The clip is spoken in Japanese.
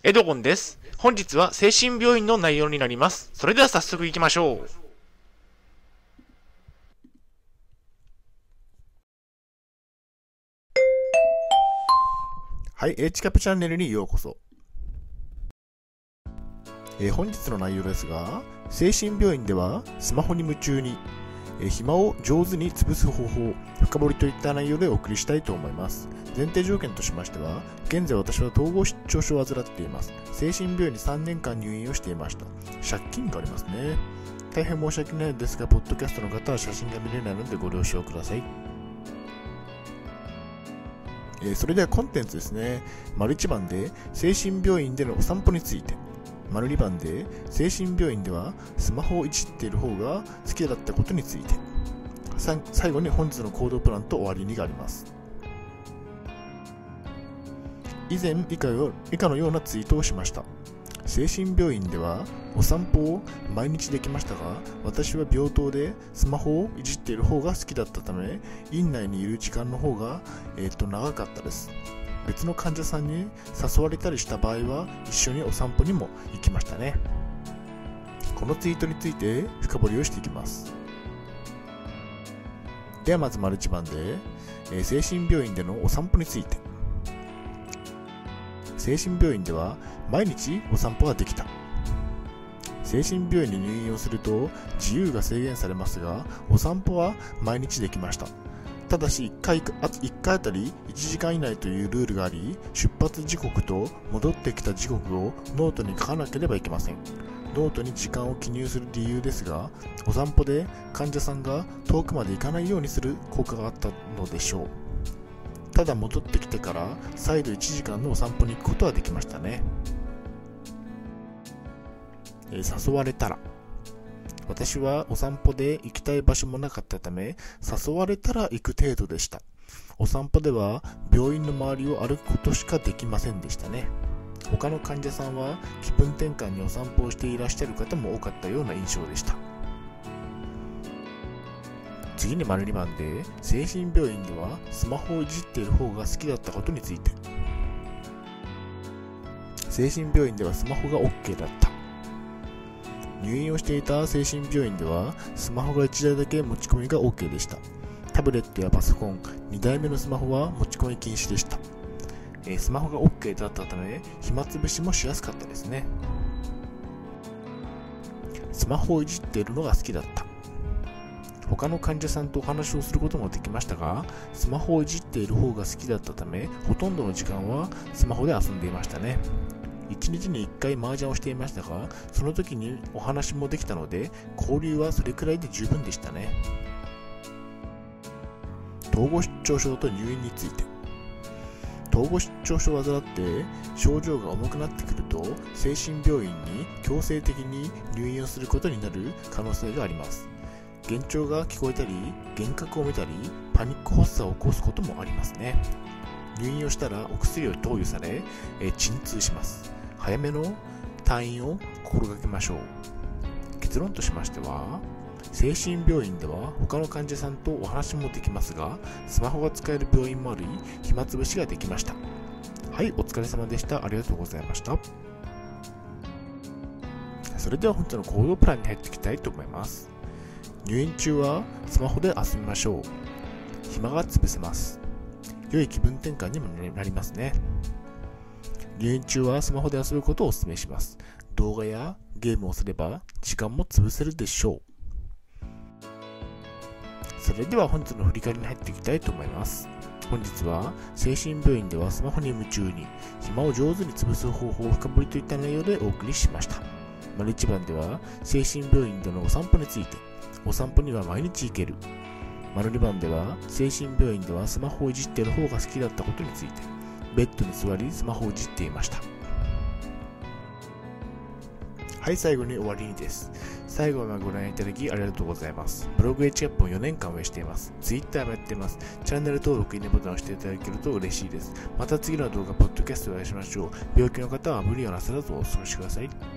エドゴンです。本日は精神病院の内容になります。それでは早速行きましょう。 はい、H キャプチャンネルにようこそ。本日の内容ですが、精神病院ではスマホに夢中に、暇を上手に潰す方法、深掘りといった内容でお送りしたいと思います。前提条件としましては、現在私は統合失調症を患っています。精神病院に3年間入院をしていました。借金がありますね。大変申し訳ないのですが、ポッドキャストの方は写真が見れないのでご了承ください。それではコンテンツですね。丸1番で精神病院でのお散歩について、丸2番で精神病院ではスマホをいじっている方が好きだったことについて、最後に本日の行動プランと終わりにがあります。以前以下のようなツイートをしました。精神病院ではお散歩を毎日できましたが、私は病棟でスマホをいじっている方が好きだったため、院内にいる時間の方が、長かったです。別の患者さんに誘われたりした場合は一緒にお散歩にも行きましたね。このツイートについて深掘りをしていきます。ではまず丸1番で、精神病院でのお散歩について。精神病院では毎日お散歩ができた。精神病院に入院をすると自由が制限されますが、お散歩は毎日できました。ただし1回あたり1時間以内というルールがあり、出発時刻と戻ってきた時刻をノートに書かなければいけません。ノートに時間を記入する理由ですが、お散歩で患者さんが遠くまで行かないようにする効果があったのでしょう。ただ戻ってきてから再度1時間のお散歩に行くことはできましたね。誘われたら、私はお散歩で行きたい場所もなかったため、誘われたら行く程度でした。お散歩では病院の周りを歩くことしかできませんでしたね。他の患者さんは気分転換にお散歩をしていらっしゃる方も多かったような印象でした。次に丸2番で、精神病院ではスマホをいじっている方が好きだったことについて。精神病院ではスマホが OK だった。入院をしていた精神病院ではスマホが1台だけ持ち込みが OK でした。タブレットやパソコン、2台目のスマホは持ち込み禁止でした。スマホが OK だったため暇つぶしもしやすかったですね。スマホをいじっているのが好きだった。他の患者さんとお話をすることもできましたが、スマホをいじっている方が好きだったため、ほとんどの時間はスマホで遊んでいましたね。1日に1回麻雀をしていましたが、その時にお話もできたので、交流はそれくらいで十分でしたね。統合失調症と入院について。統合失調症を患って症状が重くなってくると、精神病院に強制的に入院をすることになる可能性があります。幻聴が聞こえたり、幻覚を見たり、パニック発作を起こすこともありますね。入院をしたらお薬を投与され、鎮痛します。早めの退院を心がけましょう。結論としましては、精神病院では他の患者さんとお話もできますが、スマホが使える病院もあり、暇つぶしができました。はい、お疲れ様でした。ありがとうございました。それでは本日の行動プランに入っていきたいと思います。入院中はスマホで遊びましょう。暇が潰せます。良い気分転換にもなりますね。入院中はスマホで遊ぶことをお勧めします。動画やゲームをすれば時間も潰せるでしょう。それでは本日の振り返りに入っていきたいと思います。本日は精神病院ではスマホに夢中に、暇を上手に潰す方法を深掘りといった内容でお送りしました。丸1番では精神病院でのお散歩について。お散歩には毎日行ける。丸2番では精神病院ではスマホをいじっている方が好きだったことについて。ベッドに座りスマホをいじっていました。はい、最後に終わりにです。最後までご覧いただきありがとうございます。ブログ H キャップを4年間運営しています。Twitter もやっています。チャンネル登録、いいねボタンを押していただけると嬉しいです。また次の動画、ポッドキャストでお会いしましょう。病気の方は無理をなさらずお過ごしください。